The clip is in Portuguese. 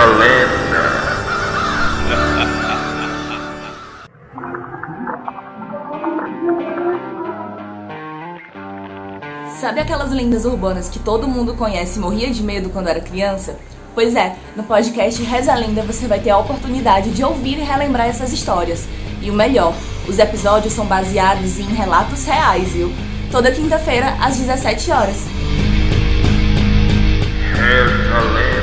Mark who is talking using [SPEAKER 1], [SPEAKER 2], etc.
[SPEAKER 1] lenda.
[SPEAKER 2] Sabe aquelas lendas urbanas que todo mundo conhece e morria de medo quando era criança? Pois é, no podcast Reza a Lenda você vai ter a oportunidade de ouvir e relembrar essas histórias. E o melhor, os episódios são baseados em relatos reais, viu? Toda quinta-feira, às 17 horas.
[SPEAKER 1] Reza a lenda.